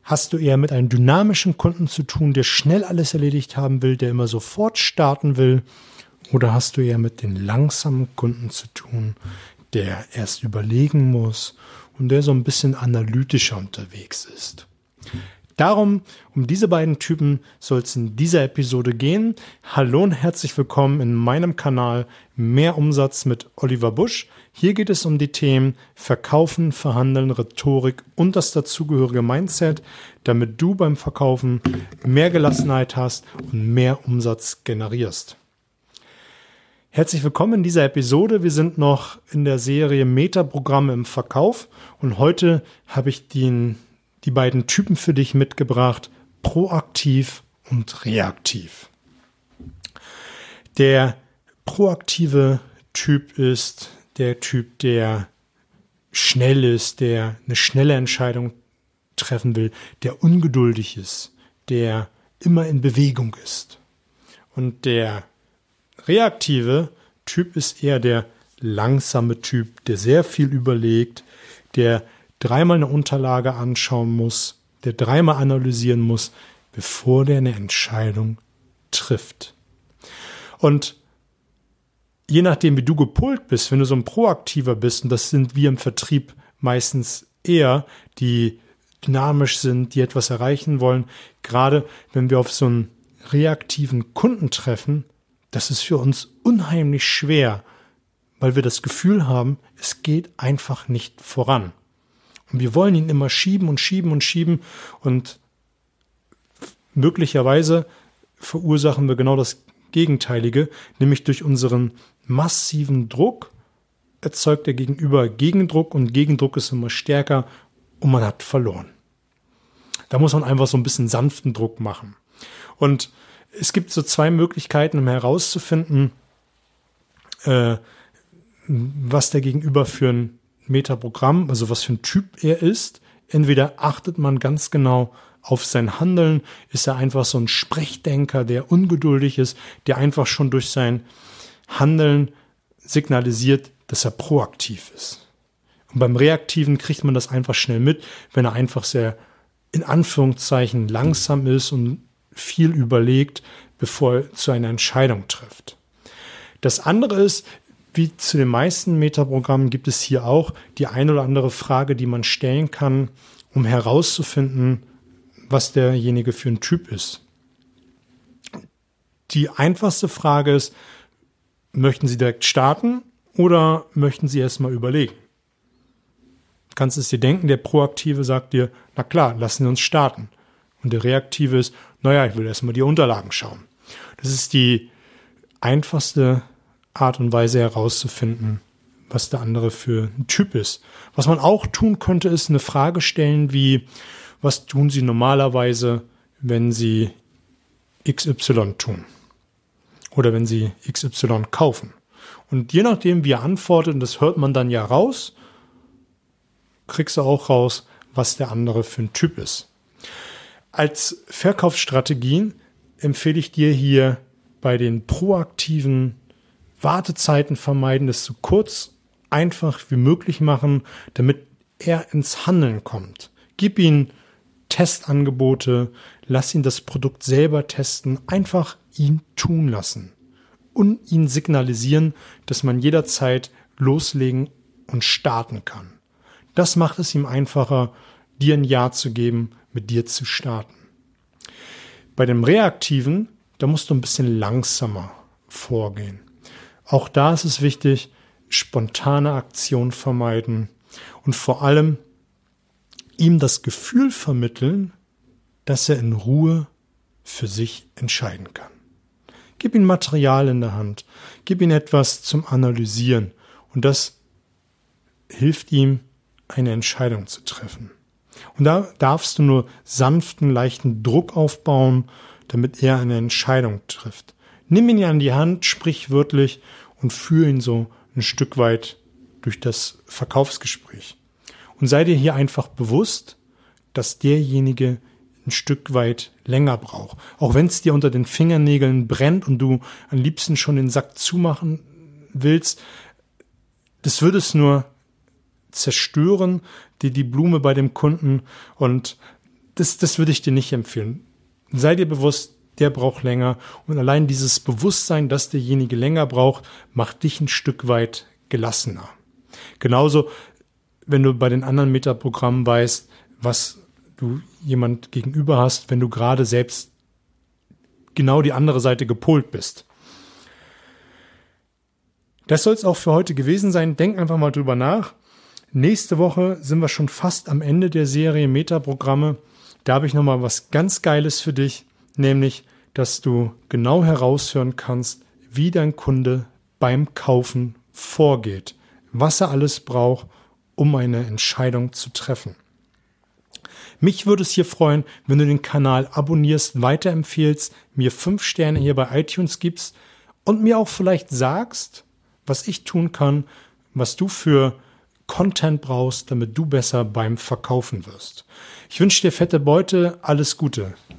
Hast du eher mit einem dynamischen Kunden zu tun, der schnell alles erledigt haben will, der immer sofort starten will? Oder hast du eher mit den langsamen Kunden zu tun, der erst überlegen muss und der so ein bisschen analytischer unterwegs ist? Darum, um diese beiden Typen soll es in dieser Episode gehen. Hallo und herzlich willkommen in meinem Kanal Mehr Umsatz mit Oliver Busch. Hier geht es um die Themen Verkaufen, Verhandeln, Rhetorik und das dazugehörige Mindset, damit du beim Verkaufen mehr Gelassenheit hast und mehr Umsatz generierst. Herzlich willkommen in dieser Episode. Wir sind noch in der Serie Metaprogramme im Verkauf und heute habe ich die beiden Typen für dich mitgebracht, proaktiv und reaktiv. Der proaktive Typ ist der Typ, der schnell ist, der eine schnelle Entscheidung treffen will, der ungeduldig ist, der immer in Bewegung ist. Und der reaktive Typ ist eher der langsame Typ, der sehr viel überlegt, der dreimal eine Unterlage anschauen muss, der dreimal analysieren muss, bevor der eine Entscheidung trifft. Und je nachdem, wie du gepolt bist, wenn du so ein Proaktiver bist, und das sind wir im Vertrieb meistens eher, die dynamisch sind, die etwas erreichen wollen, gerade wenn wir auf so einen reaktiven Kunden treffen, das ist für uns unheimlich schwer, weil wir das Gefühl haben, es geht einfach nicht voran. Und wir wollen ihn immer schieben und schieben und schieben und möglicherweise verursachen wir genau das Gegenteilige, nämlich durch unseren massiven Druck erzeugt der Gegenüber Gegendruck und Gegendruck ist immer stärker und man hat verloren. Da muss man einfach so ein bisschen sanften Druck machen. Und es gibt so zwei Möglichkeiten, um herauszufinden, was der Gegenüber für ein Metaprogramm, also was für ein Typ er ist. Entweder achtet man ganz genau auf sein Handeln, ist er einfach so ein Sprechdenker, der ungeduldig ist, der einfach schon durch sein Handeln signalisiert, dass er proaktiv ist. Und beim Reaktiven kriegt man das einfach schnell mit, wenn er einfach sehr, in Anführungszeichen, langsam ist und viel überlegt, bevor er zu einer Entscheidung trifft. Das andere ist, wie zu den meisten Metaprogrammen gibt es hier auch die eine oder andere Frage, die man stellen kann, um herauszufinden, was derjenige für ein Typ ist. Die einfachste Frage ist, möchten Sie direkt starten oder möchten Sie erstmal überlegen? Du kannst es dir denken, der Proaktive sagt dir, na klar, lassen Sie uns starten. Und der Reaktive ist, naja, ich will erstmal die Unterlagen schauen. Das ist die einfachste Art und Weise herauszufinden, was der andere für ein Typ ist. Was man auch tun könnte, ist eine Frage stellen wie, was tun Sie normalerweise, wenn Sie XY tun? Oder wenn Sie XY kaufen? Und je nachdem, wie er antwortet, und das hört man dann ja raus, kriegst du auch raus, was der andere für ein Typ ist. Als Verkaufsstrategien empfehle ich dir hier bei den proaktiven Wartezeiten vermeiden, das so kurz, einfach wie möglich machen, damit er ins Handeln kommt. Gib ihm Testangebote, lass ihn das Produkt selber testen, einfach ihn tun lassen und ihn signalisieren, dass man jederzeit loslegen und starten kann. Das macht es ihm einfacher, dir ein Ja zu geben, mit dir zu starten. Bei dem Reaktiven, da musst du ein bisschen langsamer vorgehen. Auch da ist es wichtig, spontane Aktion vermeiden und vor allem ihm das Gefühl vermitteln, dass er in Ruhe für sich entscheiden kann. Gib ihm Material in der Hand, gib ihm etwas zum Analysieren und das hilft ihm, eine Entscheidung zu treffen. Und da darfst du nur sanften, leichten Druck aufbauen, damit er eine Entscheidung trifft. Nimm ihn an die Hand, sprichwörtlich, und führe ihn so ein Stück weit durch das Verkaufsgespräch. Und sei dir hier einfach bewusst, dass derjenige ein Stück weit länger braucht. Auch wenn es dir unter den Fingernägeln brennt und du am liebsten schon den Sack zumachen willst, das würde es nur zerstören, die Blume bei dem Kunden, und das würde ich dir nicht empfehlen. Sei dir bewusst, der braucht länger. Und allein dieses Bewusstsein, dass derjenige länger braucht, macht dich ein Stück weit gelassener. Genauso, wenn du bei den anderen Metaprogrammen weißt, was du jemand gegenüber hast, wenn du gerade selbst genau die andere Seite gepolt bist. Das soll es auch für heute gewesen sein. Denk einfach mal drüber nach. Nächste Woche sind wir schon fast am Ende der Serie Metaprogramme. Da habe ich nochmal was ganz Geiles für dich, nämlich, dass du genau heraushören kannst, wie dein Kunde beim Kaufen vorgeht, was er alles braucht, um eine Entscheidung zu treffen. Mich würde es hier freuen, wenn du den Kanal abonnierst, weiterempfehlst, mir 5 Sterne hier bei iTunes gibst und mir auch vielleicht sagst, was ich tun kann, was du für Content brauchst, damit du besser beim Verkaufen wirst. Ich wünsche dir fette Beute, alles Gute.